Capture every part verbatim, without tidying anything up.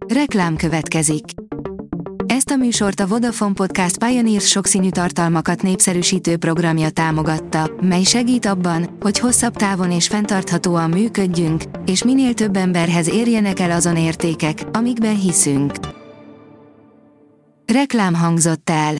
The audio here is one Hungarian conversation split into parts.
Reklám következik. Ezt a műsort a Vodafone Podcast Pioneers sokszínű tartalmakat népszerűsítő programja támogatta, mely segít abban, hogy hosszabb távon és fenntarthatóan működjünk, és minél több emberhez érjenek el azon értékek, amikben hiszünk. Reklám hangzott el.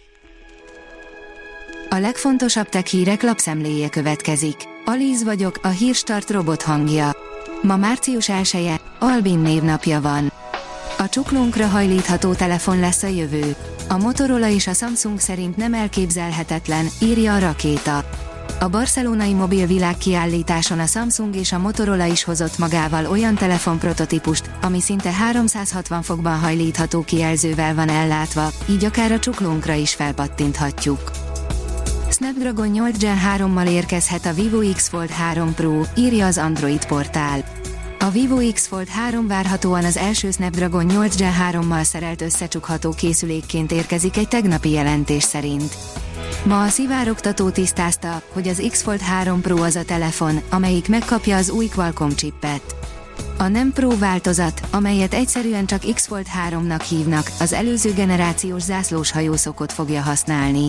A legfontosabb tech hírek lapszemléje következik. Alíz vagyok, a Hírstart robot hangja. Ma március elseje, Albin névnapja van. A csuklónkra hajlítható telefon lesz a jövő. A Motorola és a Samsung szerint nem elképzelhetetlen, írja a Rakéta. A barcelonai mobil világkiállításon a Samsung és a Motorola is hozott magával olyan telefonprototípust, ami szinte háromszázhatvan fokban hajlítható kijelzővel van ellátva, így akár a csuklónkra is felpattinthatjuk. Snapdragon nyolc Gen hárommal érkezhet a Vivo X Fold három Pro, írja az Android portál. A Vivo X Fold három várhatóan az első Snapdragon nyolc Gen hárommal szerelt összecsukható készülékként érkezik egy tegnapi jelentés szerint. Ma a szivárogtató tisztázta, hogy az X Fold három Pro az a telefon, amelyik megkapja az új Qualcomm chipet. A nem Pro változat, amelyet egyszerűen csak X Fold háromnak hívnak, az előző generációs zászlós hajószokot fogja használni.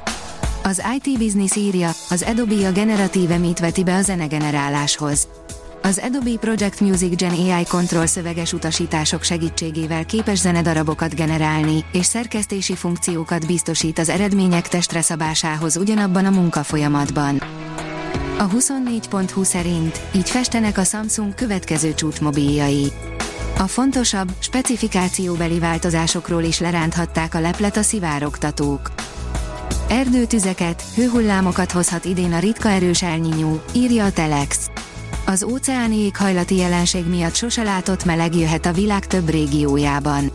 Az i té Business írja, az Adobe a generatív emit veti be a zenegeneráláshoz. Az Adobe Project Music Gen á i Control szöveges utasítások segítségével képes zenedarabokat generálni, és szerkesztési funkciókat biztosít az eredmények testre szabásához ugyanabban a munkafolyamatban. A huszonnégy pont hu szerint így festenek a Samsung következő csúcsmobiljai. A fontosabb, specifikációbeli változásokról is leránthatták a leplet a szivárogtatók. Erdőtüzeket, hőhullámokat hozhat idén a ritka erős El Niño, írja a Telex. Az óceáni éghajlati jelenség miatt sose látott meleg jöhet a világ több régiójában.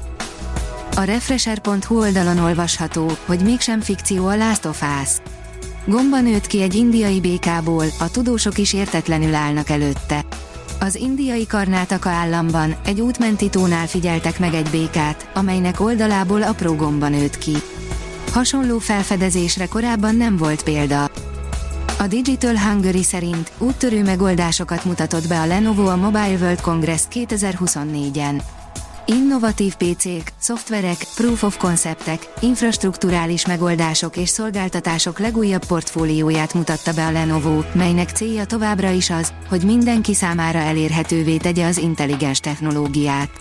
A Refresher pont hu oldalon olvasható, hogy mégsem fikció a Last of Us. Gomba nőtt ki egy indiai békából, a tudósok is értetlenül állnak előtte. Az indiai Karnátaka államban, egy útmenti tónál figyeltek meg egy békát, amelynek oldalából apró gomba nőtt ki. Hasonló felfedezésre korábban nem volt példa. A Digital Hungary szerint úttörő megoldásokat mutatott be a Lenovo a Mobile World Congress kétezer-huszonnégyen. Innovatív pé cék, szoftverek, proof of conceptek, infrastrukturális megoldások és szolgáltatások legújabb portfólióját mutatta be a Lenovo, melynek célja továbbra is az, hogy mindenki számára elérhetővé tegye az intelligens technológiát.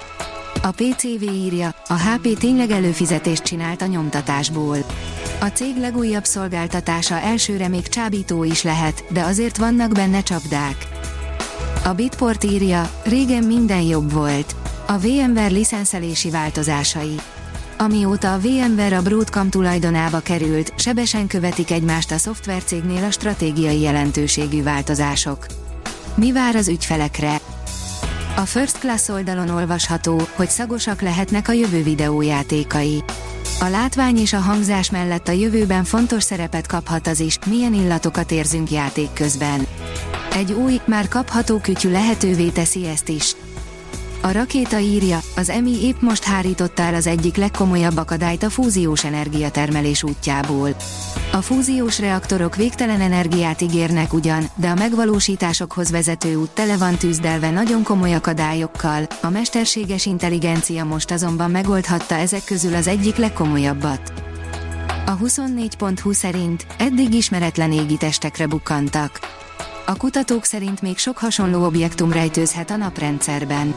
A pé cé vé írja, a há pé tényleg előfizetést csinált a nyomtatásból. A cég legújabb szolgáltatása elsőre még csábító is lehet, de azért vannak benne csapdák. A Bitport írja, régen minden jobb volt. A VMware licenszelési változásai. Amióta a VMware a Broadcom tulajdonába került, sebesen követik egymást a szoftvercégnél a stratégiai jelentőségű változások. Mi vár az ügyfelekre? A First Class oldalon olvasható, hogy szagosak lehetnek a jövő videójátékai. A látvány és a hangzás mellett a jövőben fontos szerepet kaphat az is, milyen illatokat érzünk játék közben. Egy új, már kapható kütyű lehetővé teszi ezt is. A Rakéta írja, az e em i épp most hárította el az egyik legkomolyabb akadályt a fúziós energiatermelés útjából. A fúziós reaktorok végtelen energiát ígérnek ugyan, de a megvalósításokhoz vezető út tele van tűzdelve nagyon komoly akadályokkal, a mesterséges intelligencia most azonban megoldhatta ezek közül az egyik legkomolyabbat. A huszonnégy pont hu szerint eddig ismeretlen égitestekre bukkantak. A kutatók szerint még sok hasonló objektum rejtőzhet a naprendszerben.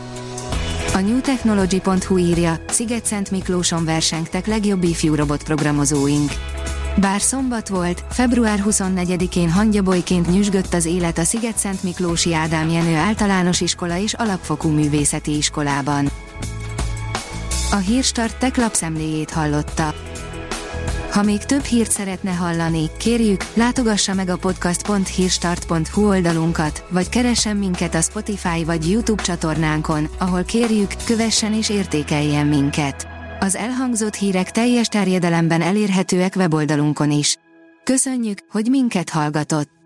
A New Technology pont hu írja, Sziget-Szent Miklóson versengtek legjobb ifjú robotprogramozóink. Bár szombat volt, február huszonnegyedikén hangyabolyként nyüzsgött az élet a Sziget-Szent Miklósi Ádám Jenő Általános Iskola és Alapfokú Művészeti Iskolában. A Hírstart Tech lapszemléjét hallotta. Ha még több hírt szeretne hallani, kérjük, látogassa meg a podcast pont hírstart pont hu oldalunkat, vagy keressen minket a Spotify vagy YouTube csatornánkon, ahol kérjük, kövessen és értékeljen minket. Az elhangzott hírek teljes terjedelemben elérhetőek weboldalunkon is. Köszönjük, hogy minket hallgatott!